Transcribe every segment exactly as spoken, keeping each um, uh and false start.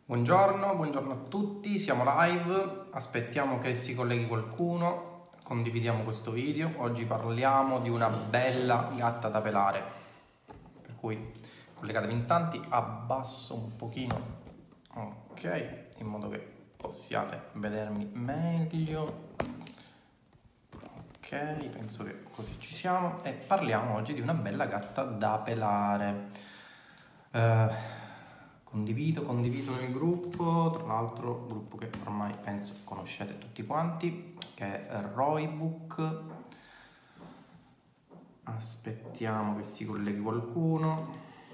Buongiorno, buongiorno a tutti, siamo live, aspettiamo che si colleghi qualcuno, condividiamo questo video. Oggi parliamo di una bella gatta da pelare, per cui collegatevi in tanti, abbasso un pochino, ok, in modo che possiate vedermi meglio. Ok, penso che così ci siamo e parliamo oggi di una bella gatta da pelare. Uh, Condivido, condivido nel gruppo, tra l'altro gruppo che ormai penso conoscete tutti quanti, che è Roybook. Aspettiamo che si colleghi qualcuno.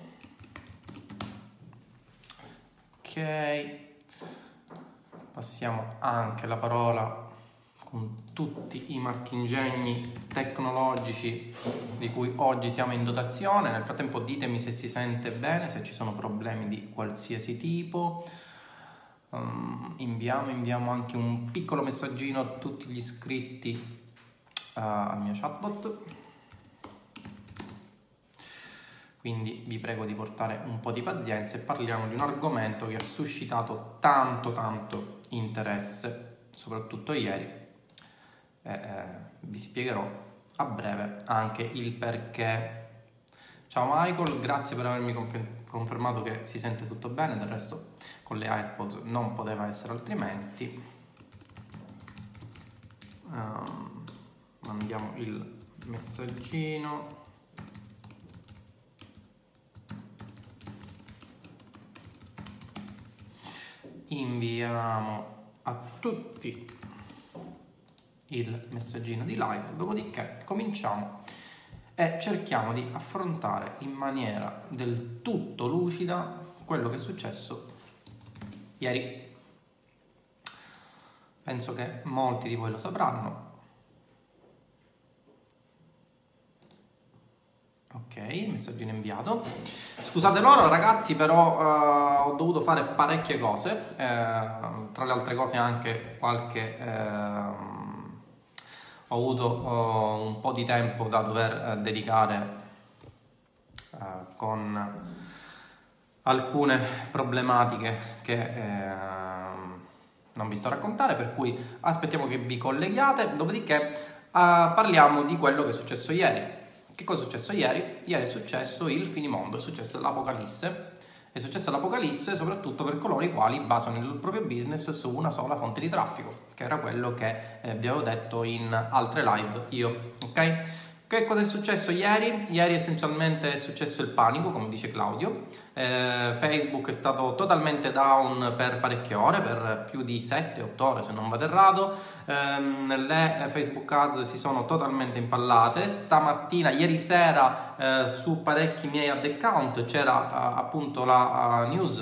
Ok, passiamo anche la parola con tutti i marchingegni tecnologici di cui oggi siamo in dotazione. Nel frattempo ditemi se si sente bene, se ci sono problemi di qualsiasi tipo. Um, inviamo, inviamo anche un piccolo messaggino a tutti gli iscritti uh, al mio chatbot. Quindi vi prego di portare un po' di pazienza e parliamo di un argomento che ha suscitato tanto tanto interesse, soprattutto ieri. Eh, eh, vi spiegherò a breve anche il perché. Ciao Michael, grazie per avermi confermato che si sente tutto bene, del resto con le AirPods non poteva essere altrimenti. Um, mandiamo il messaggino. Inviamo a tutti il messaggino di live, dopodiché cominciamo e cerchiamo di affrontare in maniera del tutto lucida quello che è successo ieri. Penso che molti di voi lo sapranno. Ok, messaggino inviato. Scusate loro ragazzi, però uh, ho dovuto fare parecchie cose, eh, tra le altre cose anche qualche... Eh, ho avuto uh, un po' di tempo da dover uh, dedicare uh, con alcune problematiche che uh, non vi sto a raccontare, per cui aspettiamo che vi colleghiate, dopodiché uh, parliamo di quello che è successo ieri. Che cosa è successo ieri? Ieri è successo il finimondo, è successa l'apocalisse. È successa l'apocalisse soprattutto per coloro i quali basano il proprio business su una sola fonte di traffico, che era quello che eh, vi avevo detto in altre live io, ok? Che cosa è successo ieri? Ieri essenzialmente è successo il panico, come dice Claudio. Eh, Facebook è stato totalmente down per parecchie ore, per più di sette otto ore se non vado errato. Eh, le Facebook Ads si sono totalmente impallate. Stamattina, ieri sera, eh, su parecchi miei ad account c'era eh, appunto la uh, news,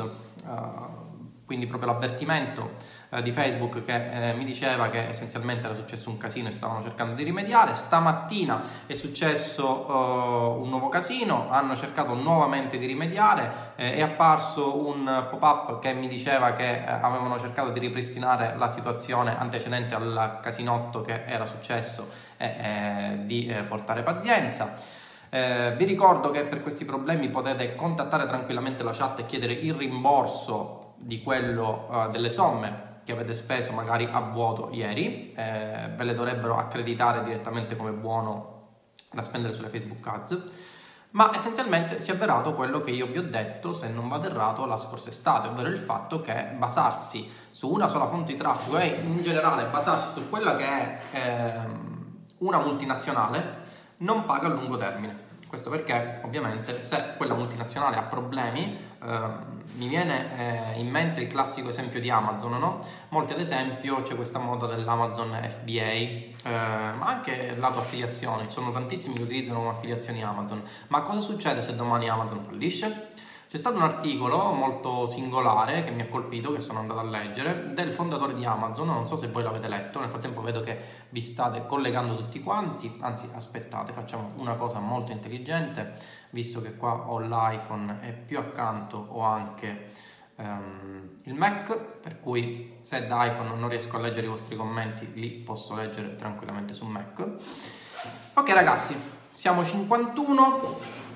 uh, quindi proprio l'avvertimento di Facebook che eh, mi diceva che essenzialmente era successo un casino e stavano cercando di rimediare. Stamattina è successo uh, un nuovo casino, hanno cercato nuovamente di rimediare, eh, è apparso un pop-up che mi diceva che eh, avevano cercato di ripristinare la situazione antecedente al casinotto che era successo e eh, di eh, portare pazienza. Eh, vi ricordo che per questi problemi potete contattare tranquillamente la chat e chiedere il rimborso di quello uh, delle somme che avete speso magari a vuoto ieri, eh, ve le dovrebbero accreditare direttamente come buono da spendere sulle Facebook Ads, ma essenzialmente si è avverato quello che io vi ho detto, se non vado errato, la scorsa estate, ovvero il fatto che basarsi su una sola fonte di traffico e in generale basarsi su quella che è eh, una multinazionale non paga a lungo termine. Questo perché ovviamente se quella multinazionale ha problemi, eh, mi viene eh, in mente il classico esempio di Amazon, no? Molti ad esempio c'è questa moda dell'Amazon F B A, eh, ma anche lato affiliazione, ci sono tantissimi che utilizzano affiliazioni Amazon. Ma cosa succede se domani Amazon fallisce? C'è stato un articolo molto singolare che mi ha colpito, che sono andato a leggere, del fondatore di Amazon, non so se voi l'avete letto, nel frattempo vedo che vi state collegando tutti quanti, anzi aspettate, facciamo una cosa molto intelligente, visto che qua ho l'iPhone e più accanto ho anche um, il Mac, per cui se da iPhone non riesco a leggere i vostri commenti, li posso leggere tranquillamente su Mac. Ok ragazzi, siamo cinquantuno.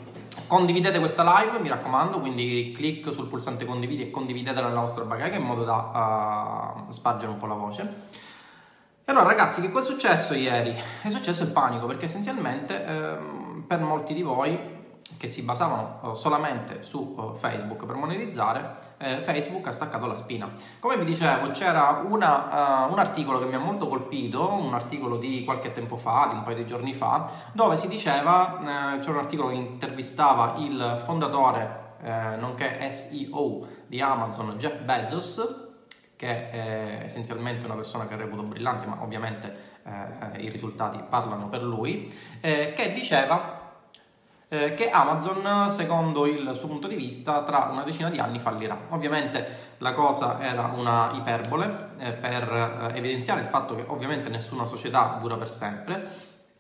Condividete questa live, mi raccomando, quindi clic sul pulsante condividi e condividetela nella vostra bacheca in modo da uh, spargere un po' la voce. E allora ragazzi, che cosa è successo ieri? È successo il panico, perché essenzialmente ehm, per molti di voi che si basavano uh, solamente su uh, Facebook per monetizzare, eh, Facebook ha staccato la spina. Come vi dicevo, c'era una, uh, un articolo che mi ha molto colpito, un articolo di qualche tempo fa, di un paio di giorni fa, dove si diceva, eh, c'era un articolo che intervistava il fondatore, eh, nonché S E O di Amazon, Jeff Bezos, che è essenzialmente una persona che reputo brillante, ma ovviamente eh, i risultati parlano per lui, eh, che diceva eh, che Amazon, secondo il suo punto di vista, tra una decina di anni fallirà. Ovviamente la cosa era una iperbole eh, per eh, evidenziare il fatto che ovviamente nessuna società dura per sempre.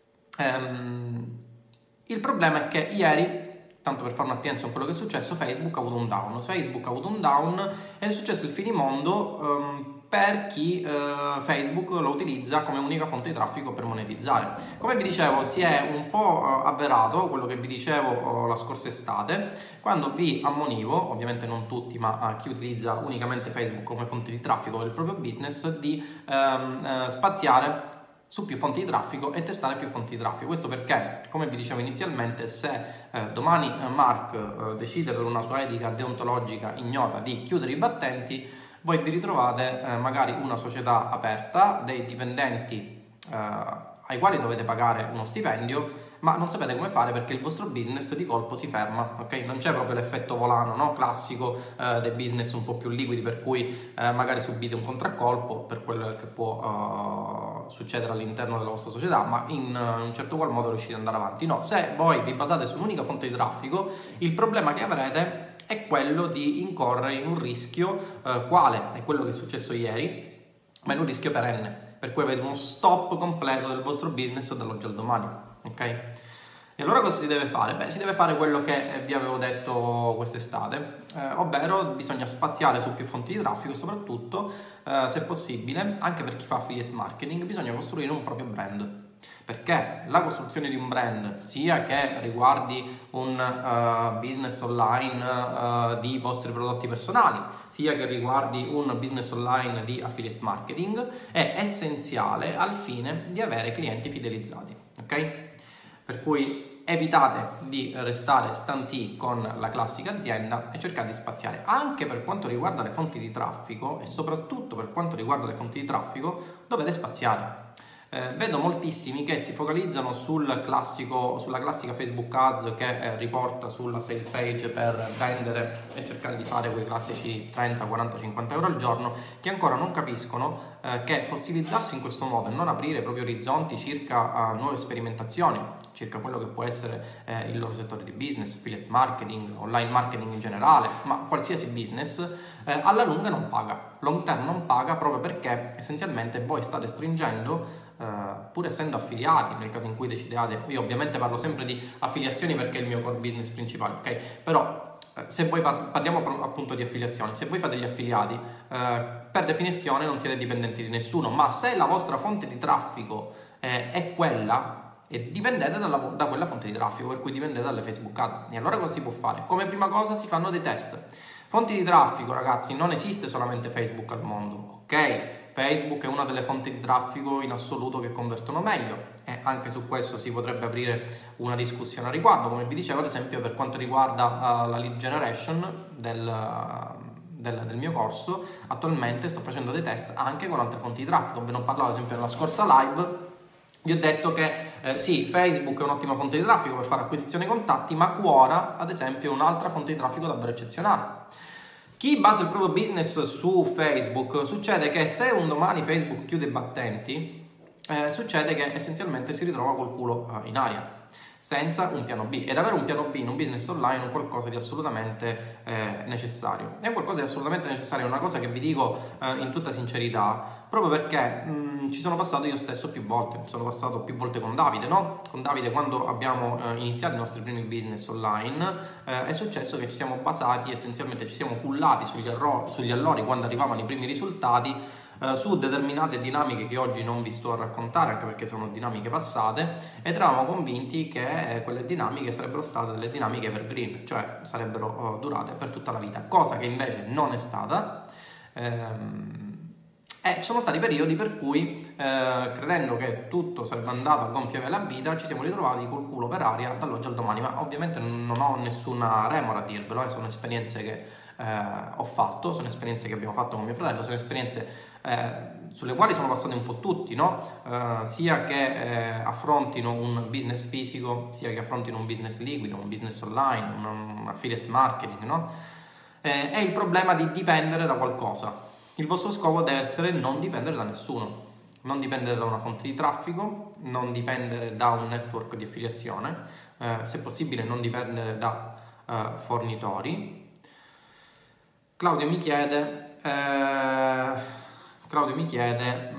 Ehm, il problema è che ieri, tanto per fare un'attenzione a quello che è successo, Facebook ha avuto un down. Facebook ha avuto un down ed è successo il finimondo um, per chi uh, Facebook lo utilizza come unica fonte di traffico per monetizzare. Come vi dicevo, si è un po' uh, avverato quello che vi dicevo uh, la scorsa estate, quando vi ammonivo, ovviamente non tutti, ma uh, chi utilizza unicamente Facebook come fonte di traffico del proprio business, di um, uh, spaziare su più fonti di traffico e testare più fonti di traffico. Questo perché, come vi dicevo inizialmente, se eh, domani eh, Mark eh, decide per una sua etica deontologica ignota di chiudere i battenti, voi vi ritrovate eh, magari una società aperta, dei dipendenti eh, ai quali dovete pagare uno stipendio, ma non sapete come fare perché il vostro business di colpo si ferma, ok? Non c'è proprio l'effetto volano, no? Classico eh, dei business un po' più liquidi, per cui eh, magari subite un contraccolpo per quello che può uh, succedere all'interno della vostra società, ma in uh, un certo qual modo riuscite ad andare avanti. No, se voi vi basate su un'unica fonte di traffico, il problema che avrete è quello di incorrere in un rischio, uh, quale è quello che è successo ieri, ma è un rischio perenne, per cui avete uno stop completo del vostro business dall'oggi al domani. Ok? E allora cosa si deve fare? Beh, si deve fare quello che vi avevo detto quest'estate, eh, ovvero bisogna spaziare su più fonti di traffico e soprattutto, eh, se possibile, anche per chi fa affiliate marketing, bisogna costruire un proprio brand. Perché la costruzione di un brand, sia che riguardi un uh, business online uh, di vostri prodotti personali, sia che riguardi un business online di affiliate marketing, è essenziale al fine di avere clienti fidelizzati. Ok? Per cui evitate di restare stanti con la classica azienda e cercate di spaziare. Anche per quanto riguarda le fonti di traffico e soprattutto per quanto riguarda le fonti di traffico dovete spaziare. Eh, vedo moltissimi che si focalizzano sul classico, sulla classica Facebook Ads che eh, riporta sulla sale page per vendere e cercare di fare quei classici trenta, quaranta, cinquanta euro al giorno, che ancora non capiscono eh, che fossilizzarsi in questo modo e non aprire i propri orizzonti circa uh, nuove sperimentazioni, circa quello che può essere eh, il loro settore di business, affiliate marketing, online marketing in generale, ma qualsiasi business, eh, alla lunga non paga. Long term non paga proprio perché essenzialmente voi state stringendo, Uh, pur essendo affiliati, nel caso in cui decidiate, io ovviamente parlo sempre di affiliazioni perché è il mio core business principale, ok? Però uh, se voi par- parliamo appunto di affiliazioni, se voi fate gli affiliati, uh, per definizione non siete dipendenti di nessuno, ma se la vostra fonte di traffico eh, è quella, e dipendete dalla, da quella fonte di traffico, per cui dipendete dalle Facebook Ads. E allora cosa si può fare? Come prima cosa si fanno dei test. Fonti di traffico, ragazzi, non esiste solamente Facebook al mondo, ok? Facebook è una delle fonti di traffico in assoluto che convertono meglio e anche su questo si potrebbe aprire una discussione a riguardo, come vi dicevo ad esempio per quanto riguarda uh, la lead generation del, uh, del, del mio corso. Attualmente sto facendo dei test anche con altre fonti di traffico. Ve ne ho parlato ad esempio nella scorsa live. Vi ho detto che eh, sì, Facebook è un'ottima fonte di traffico per fare acquisizione contatti, ma Quora ad esempio è un'altra fonte di traffico davvero eccezionale. Chi basa il proprio business su Facebook, succede che se un domani Facebook chiude i battenti, eh, succede che essenzialmente si ritrova col culo eh, in aria, senza un piano B. Ed avere un piano B in un business online è qualcosa di assolutamente eh, necessario. È qualcosa di assolutamente necessario, è una cosa che vi dico eh, in tutta sincerità, proprio perché mh, ci sono passato io stesso più volte, sono passato più volte con Davide, no? Con Davide quando abbiamo eh, iniziato i nostri primi business online eh, è successo che ci siamo basati, essenzialmente ci siamo cullati sugli, errori, sugli allori quando arrivavano i primi risultati, eh, su determinate dinamiche che oggi non vi sto a raccontare, anche perché sono dinamiche passate, ed eravamo convinti che eh, quelle dinamiche sarebbero state delle dinamiche evergreen, cioè sarebbero eh, durate per tutta la vita, cosa che invece non è stata. Ehm, E ci sono stati periodi per cui, eh, credendo che tutto sarebbe andato a gonfia vela a vita, ci siamo ritrovati col culo per aria dall'oggi al domani. Ma ovviamente non ho nessuna remora a dirvelo, eh, sono esperienze che eh, ho fatto, sono esperienze che abbiamo fatto con mio fratello, sono esperienze eh, sulle quali sono passati un po' tutti, no? Eh, sia che eh, affrontino un business fisico, sia che affrontino un business liquido, un business online, un, un affiliate marketing, no? Eh, è il problema di dipendere da qualcosa. Il vostro scopo deve essere non dipendere da nessuno, non dipendere da una fonte di traffico, non dipendere da un network di affiliazione, eh, se possibile non dipendere da eh, fornitori. Claudio mi chiede, eh, Claudio mi chiede,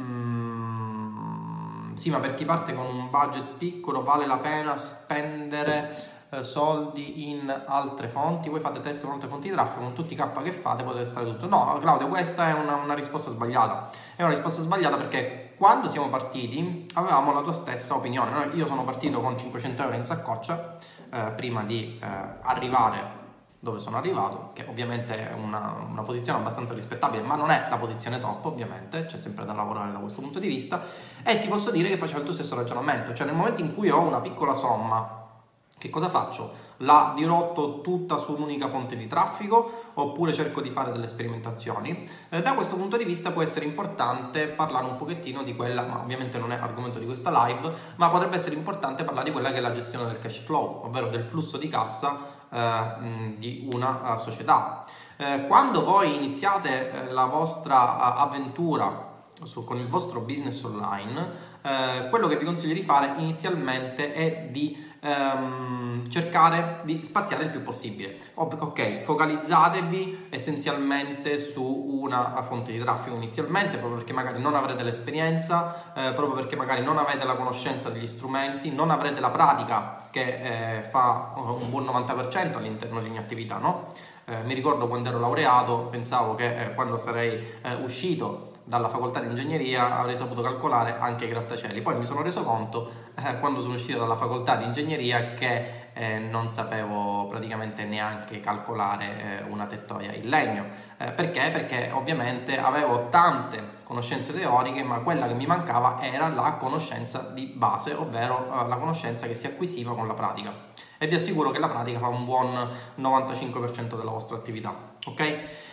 mm, sì, ma per chi parte con un budget piccolo vale la pena spendere soldi in altre fonti? Voi fate test con altre fonti di traffico, con tutti i K che fate potete stare tutto. No, Claudio, questa è una, una risposta sbagliata. È una risposta sbagliata perché quando siamo partiti avevamo la tua stessa opinione. Io sono partito con cinquecento euro in saccoccia eh, prima di eh, arrivare dove sono arrivato, che ovviamente è una, una posizione abbastanza rispettabile, ma non è la posizione top, ovviamente, c'è sempre da lavorare da questo punto di vista. E ti posso dire che facevo il tuo stesso ragionamento, cioè nel momento in cui ho una piccola somma, che cosa faccio? La dirotto tutta su un'unica fonte di traffico oppure cerco di fare delle sperimentazioni? Eh, da questo punto di vista può essere importante parlare un pochettino di quella, ma ovviamente non è argomento di questa live, ma potrebbe essere importante parlare di quella che è la gestione del cash flow, ovvero del flusso di cassa eh, di una uh, società. Eh, quando voi iniziate eh, la vostra uh, avventura su, con il vostro business online, eh, quello che vi consiglio di fare inizialmente è di Ehm, cercare di spaziare il più possibile. Ok, focalizzatevi essenzialmente su una fonte di traffico inizialmente, proprio perché magari non avrete l'esperienza, eh, proprio perché magari non avete la conoscenza degli strumenti, non avrete la pratica che eh, fa un buon novanta per cento all'interno di ogni attività, no? Eh, mi ricordo quando ero laureato, pensavo che eh, quando sarei eh, uscito dalla facoltà di ingegneria avrei saputo calcolare anche i grattacieli. Poi mi sono reso conto eh, quando sono uscito dalla facoltà di ingegneria che eh, non sapevo praticamente neanche calcolare eh, una tettoia in legno. Eh, perché? Perché ovviamente avevo tante conoscenze teoriche, ma quella che mi mancava era la conoscenza di base, ovvero eh, la conoscenza che si acquisiva con la pratica. E vi assicuro che la pratica fa un buon novantacinque per cento della vostra attività, ok?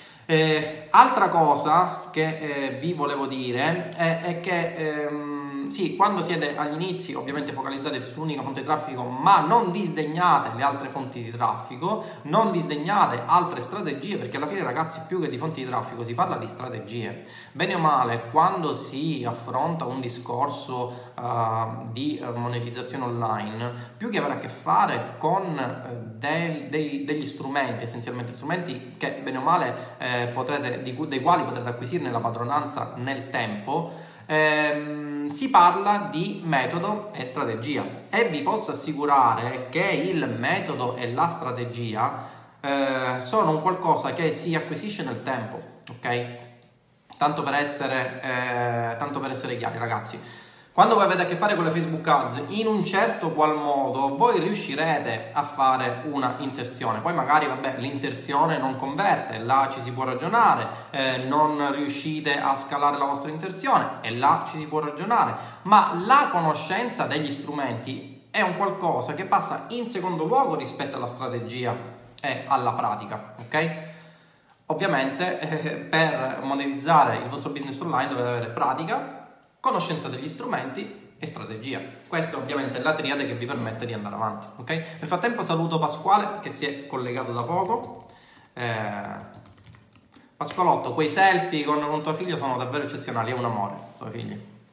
Eh, altra cosa che eh, vi volevo dire è, è che ehm, sì, quando siete agli inizi ovviamente focalizzate su un'unica fonte di traffico, ma non disdegnate le altre fonti di traffico, non disdegnate altre strategie, perché alla fine, ragazzi, più che di fonti di traffico si parla di strategie. Bene o male, quando si affronta un discorso uh, di monetizzazione online, più che avere a che fare con uh, dei, dei, degli strumenti, essenzialmente strumenti che bene o male eh, potrete, di, dei quali potrete acquisirne la padronanza nel tempo, ehm, si parla di metodo e strategia, e vi posso assicurare che il metodo e la strategia eh, sono un qualcosa che si acquisisce nel tempo, ok? Tanto per essere, eh, tanto per essere chiari, ragazzi. Quando voi avete a che fare con le Facebook Ads, in un certo qual modo voi riuscirete a fare una inserzione. Poi magari, vabbè, l'inserzione non converte, là ci si può ragionare, eh, non riuscite a scalare la vostra inserzione, e là ci si può ragionare. Ma la conoscenza degli strumenti è un qualcosa che passa in secondo luogo rispetto alla strategia e alla pratica, ok? Ovviamente eh, per monetizzare il vostro business online dovete avere pratica, conoscenza degli strumenti e strategia. Questa ovviamente è la triade che vi permette di andare avanti, ok? Nel frattempo saluto Pasquale che si è collegato da poco. Eh, Pasqualotto, quei selfie con, con tua figlia sono davvero eccezionali, è un amore, tua figlia.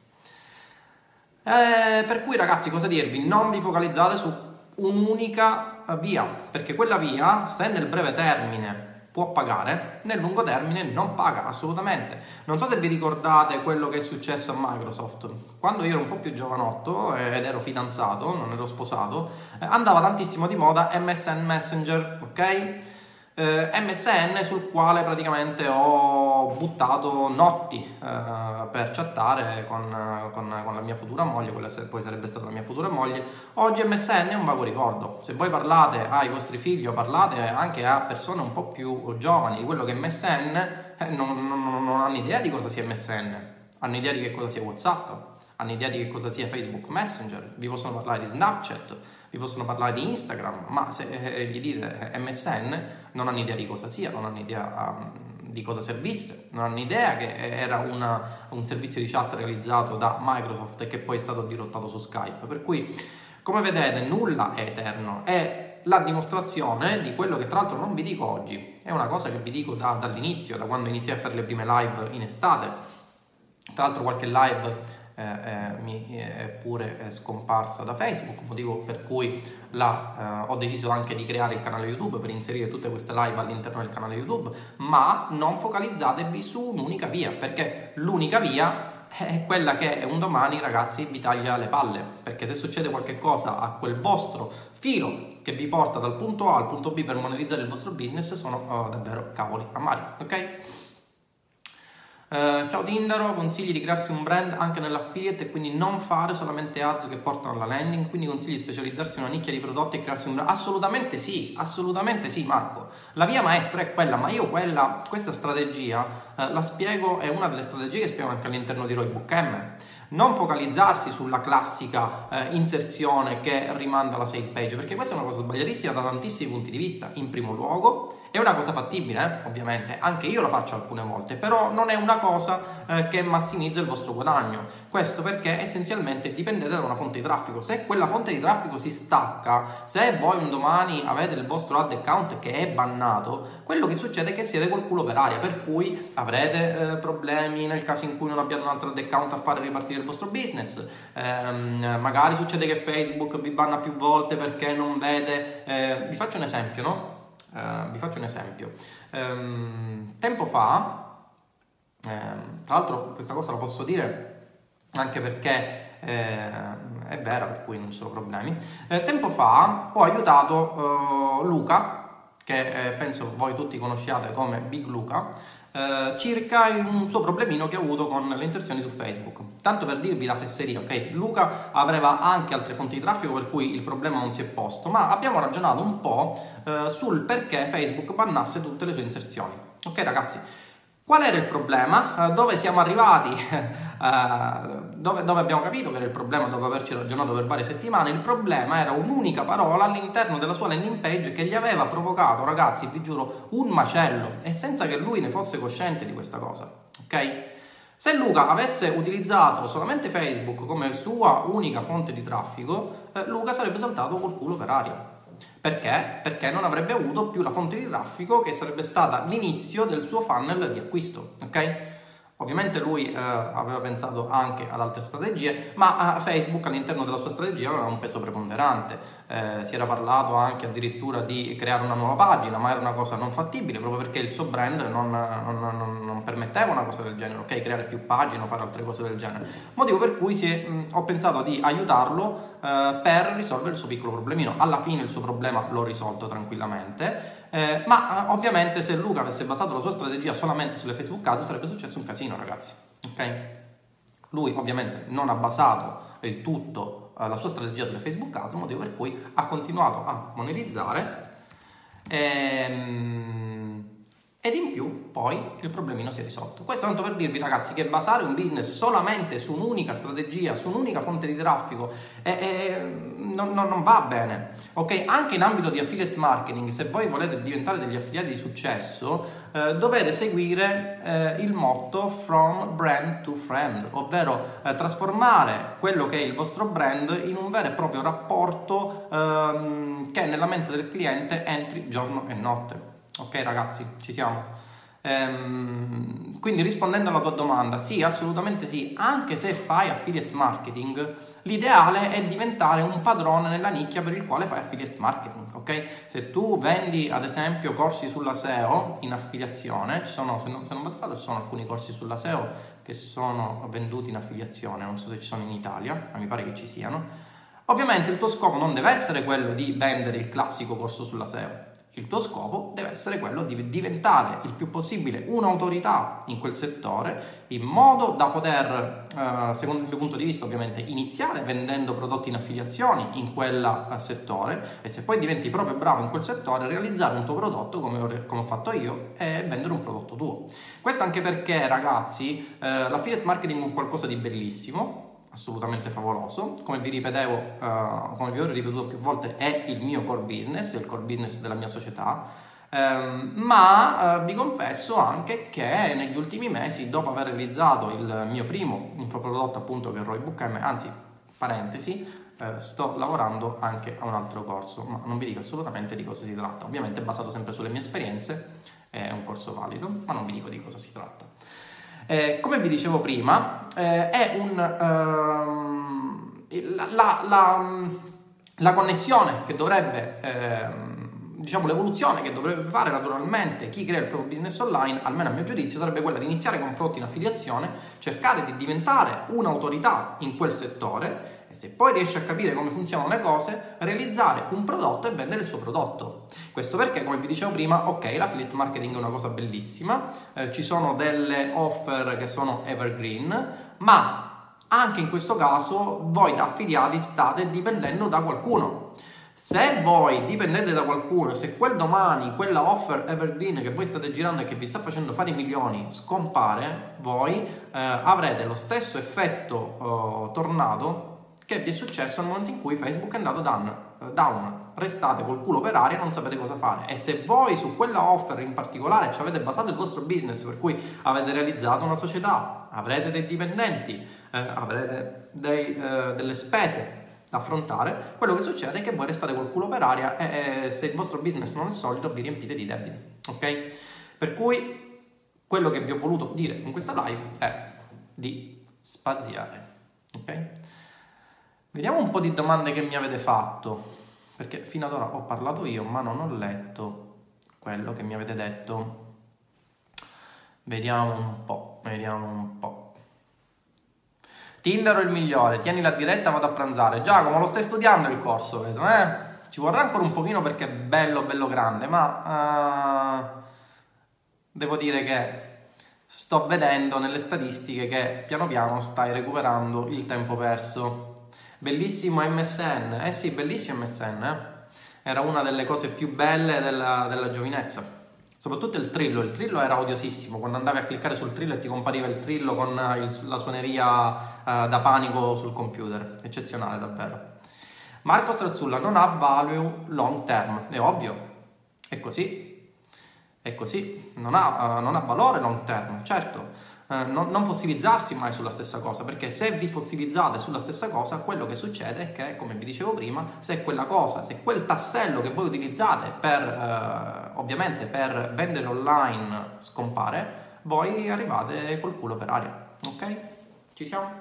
Eh, per cui, ragazzi, cosa dirvi? Non vi focalizzate su un'unica via, perché quella via, se nel breve termine può pagare, nel lungo termine non paga assolutamente. Non so se vi ricordate quello che è successo a Microsoft. Quando io ero un po' più giovanotto ed ero fidanzato, non ero sposato, andava tantissimo di moda M S N Messenger, ok? Eh, M S N sul quale praticamente ho buttato notti eh, per chattare con, con, con la mia futura moglie, quella se poi sarebbe stata la mia futura moglie. Oggi M S N è un vago ricordo. Se voi parlate ai vostri figli o parlate anche a persone un po' più giovani di quello che è M S N, eh, non, non, non hanno idea di cosa sia M S N, hanno idea di che cosa sia WhatsApp, hanno idea di che cosa sia Facebook Messenger, vi possono parlare di Snapchat, vi possono parlare di Instagram, ma se eh, gli dite M S N non hanno idea di cosa sia, non hanno idea um, di cosa servisse, non hanno idea che era una, un servizio di chat realizzato da Microsoft e che poi è stato dirottato su Skype. Per cui, come vedete, nulla è eterno, è la dimostrazione di quello che tra l'altro non vi dico oggi, è una cosa che vi dico da, dall'inizio, da quando iniziai a fare le prime live in estate. Tra l'altro qualche live Eh, eh, mi è pure eh, scomparsa da Facebook, motivo per cui la, eh, ho deciso anche di creare il canale YouTube per inserire tutte queste live all'interno del canale YouTube, ma non focalizzatevi su un'unica via, perché l'unica via è quella che un domani, ragazzi, vi taglia le palle, perché se succede qualche cosa a quel vostro filo che vi porta dal punto A al punto B per monetizzare il vostro business, sono oh, davvero cavoli amari, ok? Uh, ciao Tindaro, consigli di crearsi un brand anche nell'affiliate e quindi non fare solamente ads che portano alla landing, quindi consigli di specializzarsi in una nicchia di prodotti e crearsi un brand? Assolutamente sì, assolutamente sì Marco, la via maestra è quella, ma io quella, questa strategia uh, la spiego, è una delle strategie che spiego anche all'interno di Roybook M. Non focalizzarsi sulla classica eh, inserzione che rimanda alla sale page, perché questa è una cosa sbagliatissima da tantissimi punti di vista. In primo luogo è una cosa fattibile, eh? Ovviamente, anche io la faccio alcune volte, però non è una cosa eh, che massimizza il vostro guadagno. Questo perché essenzialmente dipendete da una fonte di traffico. Se quella fonte di traffico si stacca, se voi un domani avete il vostro ad account che è bannato, quello che succede è che siete col culo per aria, per cui avrete eh, problemi nel caso in cui non abbiate un altro ad account a fare ripartire il vostro business. Ehm, magari succede che Facebook vi banna più volte perché non vede. Eh, vi faccio un esempio, no? Uh, vi faccio un esempio. Um, tempo fa, um, tra l'altro questa cosa la posso dire anche perché eh, è vera, per cui non ci sono problemi. Eh, tempo fa ho aiutato uh, Luca, che eh, penso voi tutti conosciate come Big Luca, Uh, circa un suo problemino che ha avuto con le inserzioni su Facebook. Tanto per dirvi la fesseria, ok? Luca aveva anche altre fonti di traffico per cui il problema non si è posto, ma abbiamo ragionato un po' uh, sul perché Facebook bannasse tutte le sue inserzioni. Ok ragazzi? Qual era il problema? Uh, dove siamo arrivati? uh, dove, dove abbiamo capito che era il problema dopo averci ragionato per varie settimane? Il problema era un'unica parola all'interno della sua landing page che gli aveva provocato, ragazzi, vi giuro, un macello, e senza che lui ne fosse cosciente di questa cosa, ok? Se Luca avesse utilizzato solamente Facebook come sua unica fonte di traffico, eh, Luca sarebbe saltato col culo per aria. Perché? Perché non avrebbe avuto più la fonte di traffico che sarebbe stata l'inizio del suo funnel di acquisto, ok? Ovviamente lui eh, aveva pensato anche ad altre strategie, ma eh, Facebook all'interno della sua strategia aveva un peso preponderante. Eh, si era parlato anche addirittura di creare una nuova pagina, ma era una cosa non fattibile proprio perché il suo brand non, non, non, non permetteva una cosa del genere, ok? Creare più pagine o fare altre cose del genere. Motivo per cui si è, mh, ho pensato di aiutarlo eh, per risolvere il suo piccolo problemino. Alla fine il suo problema l'ho risolto tranquillamente. Eh, ma eh, ovviamente se Luca avesse basato la sua strategia solamente sulle Facebook Ads sarebbe successo un casino, ragazzi, ok? Lui ovviamente non ha basato il tutto, eh, la sua strategia sulle Facebook Ads, motivo per cui ha continuato a monetizzare ehm, ed in più poi il problemino si è risolto. Questo tanto per dirvi, ragazzi, che basare un business solamente su un'unica strategia, su un'unica fonte di traffico è, è, non, non, non va bene, ok? Anche in ambito di affiliate marketing, se voi volete diventare degli affiliati di successo, eh, dovete seguire eh, il motto from brand to friend, ovvero eh, trasformare quello che è il vostro brand in un vero e proprio rapporto ehm, che nella mente del cliente entri giorno e notte. Ok ragazzi, ci siamo. Ehm, quindi rispondendo alla tua domanda, sì, assolutamente sì, anche se fai affiliate marketing, l'ideale è diventare un padrone nella nicchia per il quale fai affiliate marketing, ok? Se tu vendi ad esempio corsi sulla S E O in affiliazione, ci sono, se non, se non vado errato, ci sono alcuni corsi sulla S E O che sono venduti in affiliazione, non so se ci sono in Italia, ma mi pare che ci siano. Ovviamente il tuo scopo non deve essere quello di vendere il classico corso sulla S E O. il tuo scopo deve essere quello di diventare il più possibile un'autorità in quel settore, in modo da poter, eh, secondo il mio punto di vista ovviamente, iniziare vendendo prodotti in affiliazioni in quel eh, settore, e se poi diventi proprio bravo in quel settore, realizzare un tuo prodotto come ho, come ho fatto io e vendere un prodotto tuo. Questo anche perché, ragazzi, eh, l'affiliate marketing è un qualcosa di bellissimo, assolutamente favoloso. Come vi ripetevo, uh, come vi ho ripetuto più volte, è il mio core business, è il core business della mia società, um, ma uh, vi confesso anche che negli ultimi mesi, dopo aver realizzato il mio primo infoprodotto, appunto, che è Roybook M, anzi, parentesi, uh, sto lavorando anche a un altro corso, ma non vi dico assolutamente di cosa si tratta. Ovviamente è basato sempre sulle mie esperienze, è un corso valido, ma non vi dico di cosa si tratta. Eh, come vi dicevo prima, eh, è un, ehm, la, la, la, la connessione che dovrebbe, ehm, diciamo l'evoluzione che dovrebbe fare naturalmente chi crea il proprio business online, almeno a mio giudizio, sarebbe quella di iniziare con prodotti in affiliazione, cercare di diventare un'autorità in quel settore, e se poi riesce a capire come funzionano le cose, realizzare un prodotto e vendere il suo prodotto. Questo perché, come vi dicevo prima, ok, l'affiliate marketing è una cosa bellissima, eh, ci sono delle offer che sono evergreen, ma anche in questo caso voi da affiliati state dipendendo da qualcuno. Se voi dipendete da qualcuno, se quel domani quella offer evergreen che voi state girando e che vi sta facendo fare i milioni scompare, voi eh, avrete lo stesso effetto eh, tornado che vi è successo nel momento in cui Facebook è andato down, down. Restate col culo per aria e non sapete cosa fare. E se voi su quella offer in particolare ci avete basato il vostro business, per cui avete realizzato una società, avrete dei dipendenti, eh, avrete dei, eh, delle spese da affrontare, quello che succede è che voi restate col culo per aria e, e se il vostro business non è solido vi riempite di debiti, ok? Per cui quello che vi ho voluto dire in questa live è di spaziare, ok? Vediamo un po' di domande che mi avete fatto, perché fino ad ora ho parlato io, ma non ho letto quello che mi avete detto. Vediamo un po', vediamo un po'. Tinder è il migliore, tieni la diretta, vado a pranzare. Giacomo, lo stai studiando il corso, vedo, eh? Ci vorrà ancora un pochino perché è bello, bello grande, ma uh, devo dire che sto vedendo nelle statistiche che piano piano stai recuperando il tempo perso. Bellissimo M S N, eh sì, bellissimo M S N, eh? Era una delle cose più belle della, della giovinezza, soprattutto il Trillo. Il Trillo era odiosissimo, quando andavi a cliccare sul Trillo e ti compariva il Trillo con il, la suoneria uh, da panico sul computer, eccezionale davvero. Marco Strazzulla, non ha value long term, è ovvio, è così, è così, non ha, uh, non ha valore long term, certo. Uh, non, non fossilizzarsi mai sulla stessa cosa, perché se vi fossilizzate sulla stessa cosa, quello che succede è che, come vi dicevo prima, se quella cosa, se quel tassello che voi utilizzate per uh, ovviamente per vendere online scompare, voi arrivate col culo per aria, ok? Ci siamo?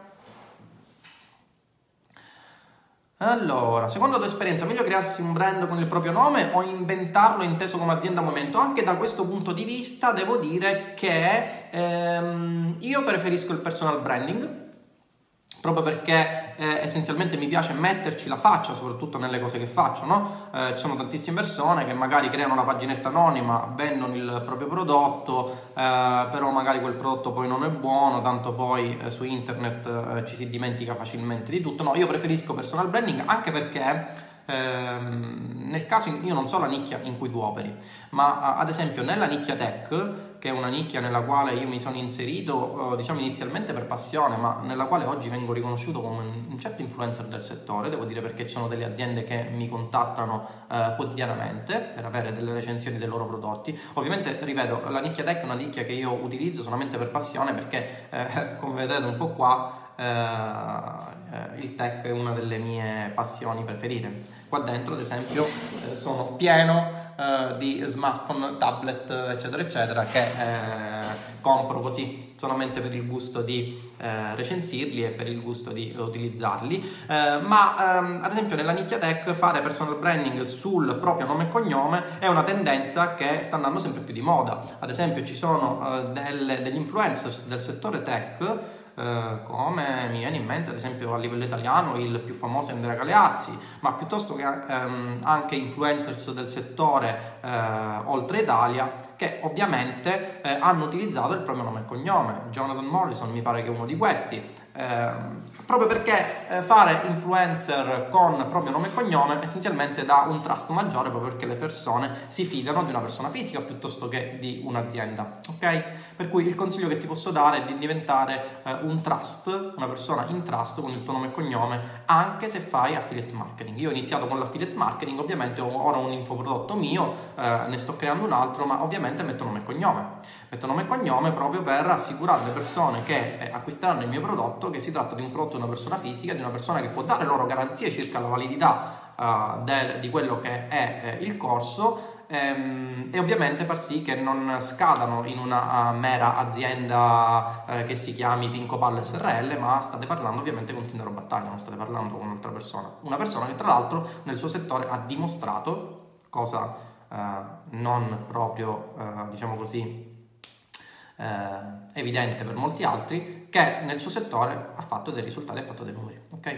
Allora, secondo la tua esperienza, meglio crearsi un brand con il proprio nome o inventarlo inteso come azienda a momento? Anche da questo punto di vista devo dire che ehm, io preferisco il personal branding, proprio perché eh, essenzialmente mi piace metterci la faccia, soprattutto nelle cose che faccio, no? Eh, ci sono tantissime persone che magari creano una paginetta anonima, vendono il proprio prodotto, eh, però magari quel prodotto poi non è buono, tanto poi eh, su internet eh, ci si dimentica facilmente di tutto. No, io preferisco personal branding anche perché ehm, nel caso io non so la nicchia in cui tu operi, ma ad esempio nella nicchia tech, che è una nicchia nella quale io mi sono inserito, diciamo inizialmente per passione, ma nella quale oggi vengo riconosciuto come un certo influencer del settore, devo dire, perché ci sono delle aziende che mi contattano eh, quotidianamente per avere delle recensioni dei loro prodotti. Ovviamente, ripeto, la nicchia tech è una nicchia che io utilizzo solamente per passione, perché eh, come vedete un po' qua, eh, eh, il tech è una delle mie passioni preferite. Qua dentro, ad esempio, eh, sono pieno Uh, di smartphone, tablet, eccetera eccetera, che eh, compro così solamente per il gusto di eh, recensirli e per il gusto di utilizzarli, eh, ma ehm, ad esempio nella nicchia tech fare personal branding sul proprio nome e cognome è una tendenza che sta andando sempre più di moda. Ad esempio ci sono eh, delle, degli influencers del settore tech, Uh, come mi viene in mente ad esempio a livello italiano il più famoso è Andrea Galeazzi, ma piuttosto che um, anche influencers del settore eh, oltre Italia, che ovviamente eh, hanno utilizzato il proprio nome e cognome. Jonathan Morrison mi pare che è uno di questi. Eh, proprio perché eh, fare influencer con proprio nome e cognome essenzialmente dà un trust maggiore, proprio perché le persone si fidano di una persona fisica piuttosto che di un'azienda, ok? Per cui il consiglio che ti posso dare è di diventare eh, un trust, una persona in trust con il tuo nome e cognome, anche se fai affiliate marketing. Io ho iniziato con l'affiliate marketing, ovviamente ho ora un infoprodotto mio, eh, ne sto creando un altro, ma ovviamente metto nome e cognome. Metto nome e cognome proprio per assicurare alle persone che eh, acquisteranno il mio prodotto che si tratta di un prodotto di una persona fisica, di una persona che può dare loro garanzie circa la validità uh, del, di quello che è eh, il corso, ehm, e ovviamente far sì che non scadano in una uh, mera azienda uh, che si chiami Pinco Palla S R L, ma state parlando ovviamente con Tindaro Battaglia, non state parlando con un'altra persona. Una persona che tra l'altro nel suo settore ha dimostrato, cosa uh, non proprio, uh, diciamo così, Eh, evidente per molti altri, che nel suo settore ha fatto dei risultati, ha fatto dei numeri, ok?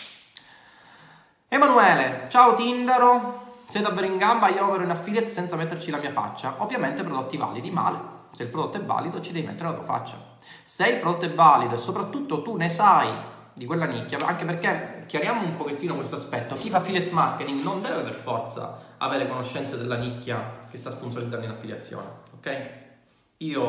Emanuele, ciao Tindaro, sei davvero in gamba? Io opero in affiliate senza metterci la mia faccia. Ovviamente prodotti validi, male. Se il prodotto è valido ci devi mettere la tua faccia. Se il prodotto è valido e soprattutto tu ne sai di quella nicchia, anche perché chiariamo un pochettino questo aspetto, chi fa affiliate marketing non deve per forza avere conoscenze della nicchia che sta sponsorizzando in affiliazione, ok? Io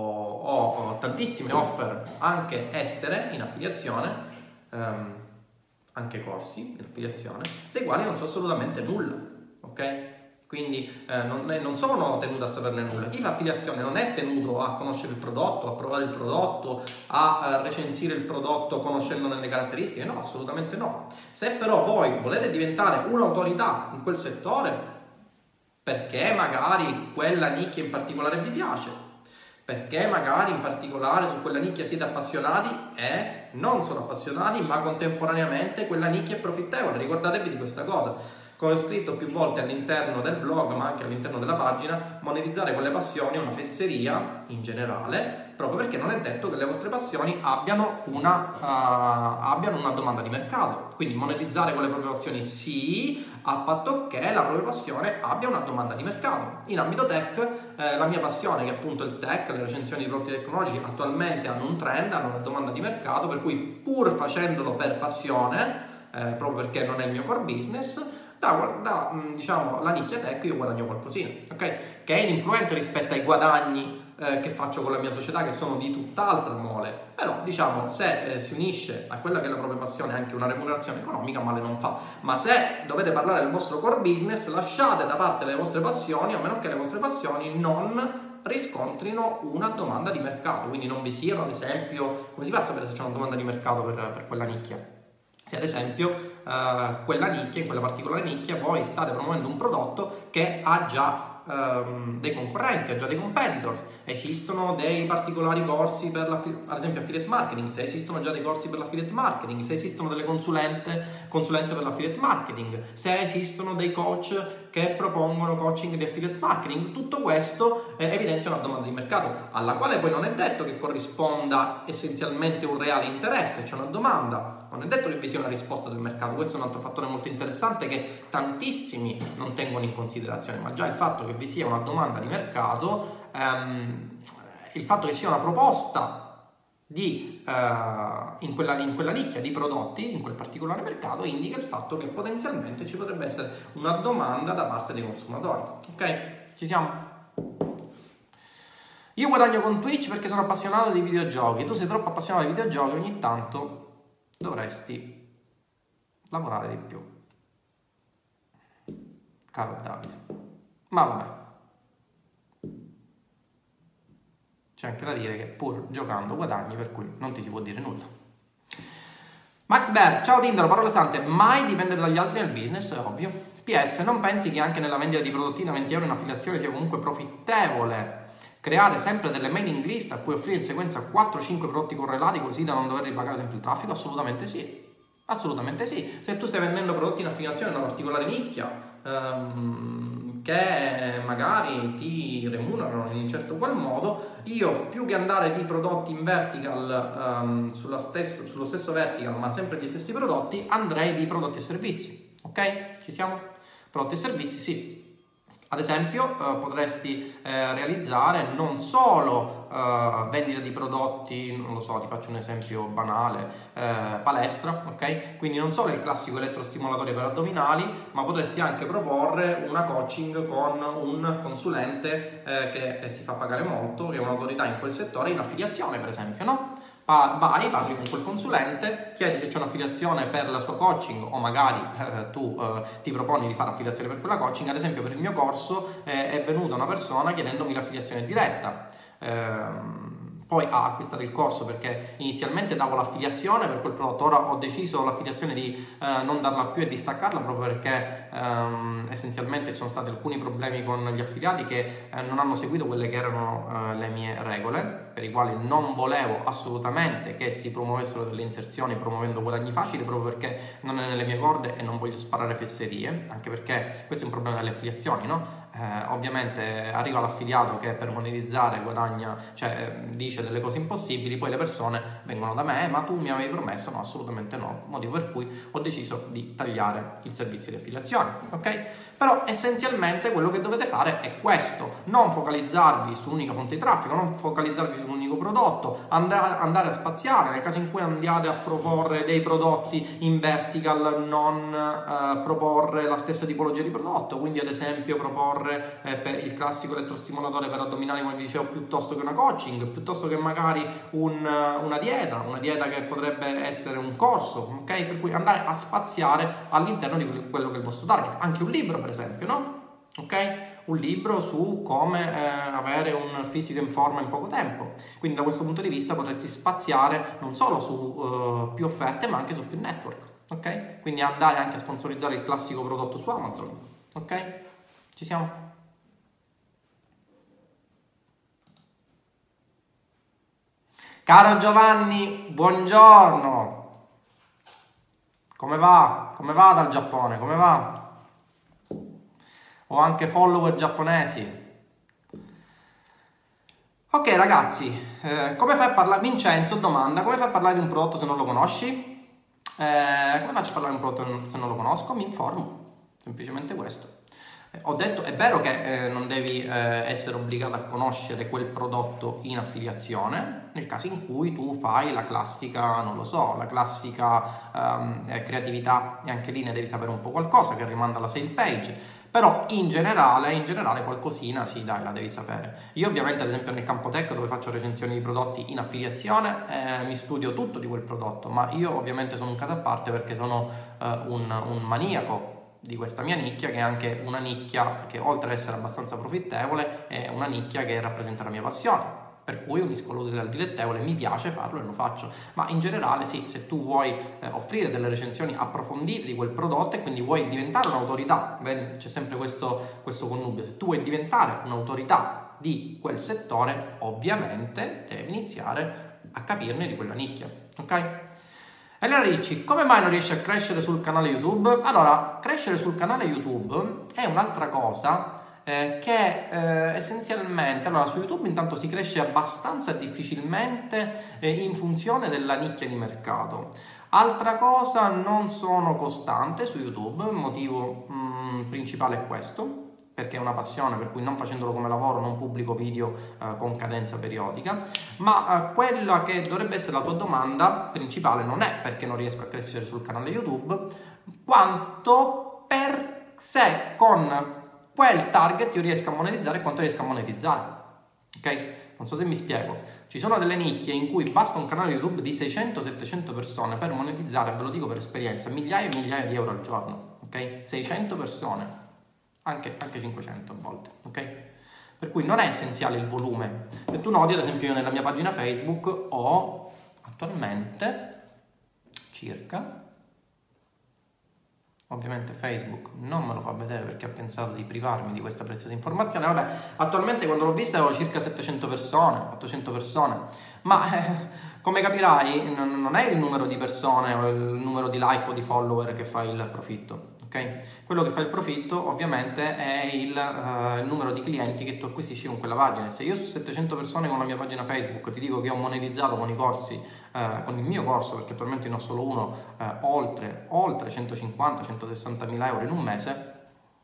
ho tantissime offer anche estere in affiliazione, ehm, anche corsi in affiliazione, dei quali non so assolutamente nulla, ok? Quindi eh, non, è, non sono tenuto a saperne nulla. Chi fa affiliazione non è tenuto a conoscere il prodotto, a provare il prodotto, a, a recensire il prodotto conoscendone le caratteristiche, no, assolutamente no. Se però voi volete diventare un'autorità in quel settore, perché magari quella nicchia in particolare vi piace, perché magari in particolare su quella nicchia siete appassionati e non sono appassionati, ma contemporaneamente quella nicchia è profittevole. Ricordatevi di questa cosa. Come ho scritto più volte all'interno del blog, ma anche all'interno della pagina, monetizzare con le passioni è una fesseria in generale, proprio perché non è detto che le vostre passioni abbiano una, uh, abbiano una domanda di mercato. Quindi monetizzare con le proprie passioni sì, a patto che la propria passione abbia una domanda di mercato. In ambito tech, eh, la mia passione, che è appunto il tech, le recensioni di prodotti tecnologici, attualmente hanno un trend, hanno una domanda di mercato, per cui pur facendolo per passione, eh, proprio perché non è il mio core business, da, da diciamo la nicchia tech io guadagno qualcosina, ok? Che è influente rispetto ai guadagni eh, che faccio con la mia società, che sono di tutt'altra mole, però diciamo se eh, si unisce a quella che è la propria passione anche una remunerazione economica, male non fa. Ma se dovete parlare del vostro core business, lasciate da parte le vostre passioni, a meno che le vostre passioni non riscontrino una domanda di mercato, quindi non vi siano, ad esempio, come si fa a sapere se c'è una domanda di mercato per, per quella nicchia? Se ad esempio uh, quella nicchia, in quella particolare nicchia, voi state promuovendo un prodotto che ha già um, dei concorrenti, ha già dei competitor, esistono dei particolari corsi per la, ad esempio affiliate marketing, se esistono già dei corsi per l'affiliate marketing, se esistono delle consulente, consulenze per l'affiliate marketing, se esistono dei coach che propongono coaching di affiliate marketing, tutto questo eh, evidenzia una domanda di mercato, alla quale poi non è detto che corrisponda essenzialmente un reale interesse, c'è una domanda, non è detto che vi sia una risposta del mercato. Questo è un altro fattore molto interessante che tantissimi non tengono in considerazione, ma già il fatto che vi sia una domanda di mercato, ehm, il fatto che sia una proposta di, uh, in, quella, in quella nicchia di prodotti, in quel particolare mercato, indica il fatto che potenzialmente ci potrebbe essere una domanda da parte dei consumatori. Ok? Ci siamo? Io guadagno con Twitch perché sono appassionato di videogiochi. Tu sei troppo appassionato di videogiochi, ogni tanto dovresti lavorare di più, caro Davide. Ma vabbè, c'è anche da dire che pur giocando guadagni, per cui non ti si può dire nulla. Max Bear, ciao Tindaro, parole sante, mai dipendere dagli altri nel business, è ovvio. P S, non pensi che anche nella vendita di prodotti da venti euro in affiliazione sia comunque profittevole creare sempre delle mailing list a cui offrire in sequenza quattro cinque prodotti correlati così da non dover ripagare sempre il traffico? Assolutamente sì, assolutamente sì. Se tu stai vendendo prodotti in affiliazione in una particolare nicchia um, che magari ti remunerano in un certo qual modo, io più che andare di prodotti in vertical um, sulla stessa, sullo stesso vertical ma sempre gli stessi prodotti, andrei di prodotti e servizi. Ok? Ci siamo? Prodotti e servizi, sì. Ad esempio eh, potresti eh, realizzare non solo eh, vendita di prodotti, non lo so, ti faccio un esempio banale, eh, palestra, ok? Quindi non solo il classico elettrostimolatore per addominali, ma potresti anche proporre una coaching con un consulente eh, che si fa pagare molto, che è un'autorità in quel settore, in affiliazione per esempio, no? Vai, parli con quel consulente, chiedi se c'è un'affiliazione per la sua coaching o magari eh, tu eh, ti proponi di fare affiliazione per quella coaching. Ad esempio per il mio corso eh, è venuta una persona chiedendomi l'affiliazione diretta. Ehm, poi ha acquistato il corso perché inizialmente davo l'affiliazione per quel prodotto, ora ho deciso l'affiliazione di eh, non darla più e di staccarla proprio perché ehm, essenzialmente ci sono stati alcuni problemi con gli affiliati che eh, non hanno seguito quelle che erano eh, le mie regole, per i quali non volevo assolutamente che si promuovessero delle inserzioni promuovendo guadagni facili, proprio perché non è nelle mie corde e non voglio sparare fesserie, anche perché questo è un problema delle affiliazioni, no? Eh, ovviamente arriva l'affiliato che per monetizzare guadagna, cioè eh, dice delle cose impossibili, poi le persone vengono da me, eh, ma tu mi avevi promesso? No, assolutamente no, motivo per cui ho deciso di tagliare il servizio di affiliazione, ok? Però essenzialmente quello che dovete fare è questo, non focalizzarvi su un'unica fonte di traffico, non focalizzarvi su un unico prodotto, andare, andare a spaziare, nel caso in cui andiate a proporre dei prodotti in vertical, non eh, proporre la stessa tipologia di prodotto, quindi ad esempio proporre eh, per il classico elettrostimolatore per addominali, come vi dicevo, piuttosto che una coaching, piuttosto che magari un, una dieta, una dieta che potrebbe essere un corso, ok? Per cui andare a spaziare all'interno di quello che è il vostro target, anche un libro per esempio, no? Ok? Un libro su come eh, avere un fisico in forma in poco tempo. Quindi da questo punto di vista potresti spaziare non solo su uh, più offerte, ma anche su più network, ok? Quindi andare anche a sponsorizzare il classico prodotto su Amazon, ok? Ci siamo? Caro Giovanni, buongiorno! Come va? Come va dal Giappone? Come va? Ho anche follower giapponesi. Ok ragazzi, eh, come fai a parlare? Vincenzo domanda, come fai a parlare di un prodotto se non lo conosci? Eh, come faccio a parlare di un prodotto se non lo conosco? Mi informo, semplicemente questo. Eh, ho detto, è vero che eh, non devi eh, essere obbligato a conoscere quel prodotto in affiliazione, nel caso in cui tu fai la classica, non lo so, la classica um, eh, creatività, e anche lì ne devi sapere un po' qualcosa che rimanda alla sale page. Però in generale, in generale qualcosina sì, dai, la devi sapere. Io ovviamente ad esempio nel campo tech, dove faccio recensioni di prodotti in affiliazione, eh, mi studio tutto di quel prodotto, ma io ovviamente sono un caso a parte perché sono eh, un, un maniaco di questa mia nicchia, che è anche una nicchia che oltre ad essere abbastanza profittevole è una nicchia che rappresenta la mia passione. Per cui unisco l'utile al dilettevole, mi piace farlo e lo faccio. Ma in generale sì, se tu vuoi eh, offrire delle recensioni approfondite di quel prodotto e quindi vuoi diventare un'autorità, vedi, c'è sempre questo, questo connubio, se tu vuoi diventare un'autorità di quel settore, ovviamente devi iniziare a capirne di quella nicchia, ok? Elena Ricci, come mai non riesci a crescere sul canale YouTube? Allora, crescere sul canale YouTube è un'altra cosa Eh, che eh, essenzialmente, allora su YouTube intanto si cresce abbastanza difficilmente eh, in funzione della nicchia di mercato. Altra cosa, non sono costante su YouTube, il motivo mh, principale è questo, perché è una passione, per cui non facendolo come lavoro non pubblico video eh, con cadenza periodica, ma eh, quella che dovrebbe essere la tua domanda principale non è perché non riesco a crescere sul canale YouTube, quanto per se con quel target io riesco a monetizzare e quanto riesco a monetizzare, ok? Non so se mi spiego. Ci sono delle nicchie in cui basta un canale YouTube di seicento settecento persone per monetizzare, ve lo dico per esperienza, migliaia e migliaia di euro al giorno, ok? seicento persone, anche, anche cinquecento a volte, ok? Per cui non è essenziale il volume. Se tu noti, ad esempio, io nella mia pagina Facebook ho attualmente circa... Ovviamente Facebook non me lo fa vedere perché ho pensato di privarmi di questa preziosa informazione. Vabbè, attualmente quando l'ho vista avevo circa settecento persone, ottocento persone, ma eh, come capirai non è il numero di persone o il numero di like o di follower che fa il profitto, ok? Quello che fa il profitto ovviamente è il, uh, il numero di clienti che tu acquisisci con quella pagina. Se io su settecento persone con la mia pagina Facebook ti dico che ho monetizzato con i corsi, Uh, con il mio corso, perché attualmente ne ho solo uno, uh, oltre, oltre centocinquanta centosessanta mila euro in un mese,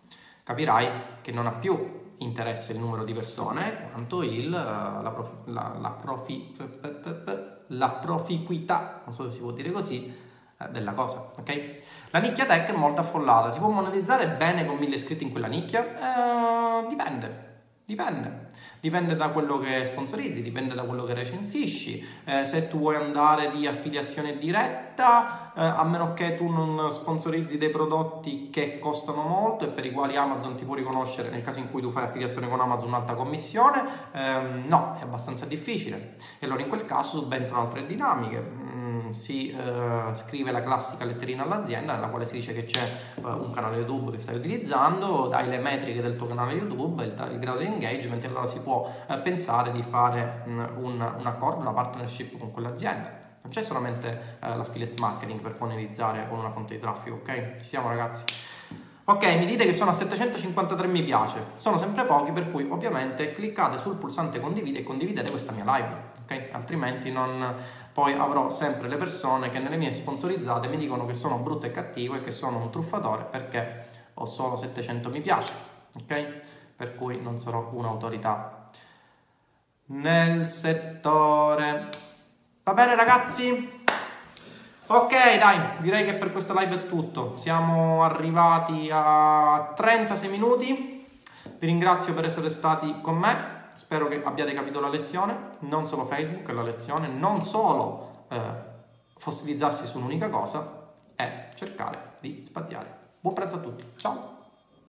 capirai che non ha più interesse il numero di persone quanto il, la, profi, la, la, profi, la proficuità, non so se si può dire così, della cosa, ok? La nicchia tech è molto affollata, si può monetizzare bene con mille iscritti in quella nicchia? Eh, dipende. Dipende, dipende da quello che sponsorizzi, dipende da quello che recensisci. Eh, se tu vuoi andare di affiliazione diretta, eh, a meno che tu non sponsorizzi dei prodotti che costano molto e per i quali Amazon ti può riconoscere, nel caso in cui tu fai affiliazione con Amazon, un'alta commissione, ehm, no, è abbastanza difficile. E allora in quel caso subentrano altre dinamiche. Si eh, scrive la classica letterina all'azienda nella quale si dice che c'è eh, un canale YouTube che stai utilizzando, dai le metriche del tuo canale YouTube, il, il grado di engagement, e allora si può eh, pensare di fare mh, un, un accordo, una partnership con quell'azienda. Non c'è solamente eh, l'affiliate marketing per monetizzare con una fonte di traffico, ok? Ci siamo, ragazzi? Ok, mi dite che sono a settecentocinquantatré mi piace, sono sempre pochi, per cui ovviamente cliccate sul pulsante condividi e condividete questa mia live, ok? Altrimenti non... Poi avrò sempre le persone che nelle mie sponsorizzate mi dicono che sono brutto e cattivo e che sono un truffatore perché ho solo settecento mi piace, ok? Per cui non sarò un'autorità nel settore. Va bene, ragazzi? Ok, dai, direi che per questa live è tutto. Siamo arrivati a trentasei minuti. Vi ringrazio per essere stati con me. Spero che abbiate capito la lezione. Non solo Facebook è la lezione, non solo eh, fossilizzarsi su un'unica cosa, è cercare di spaziare. Buon pranzo a tutti. Ciao!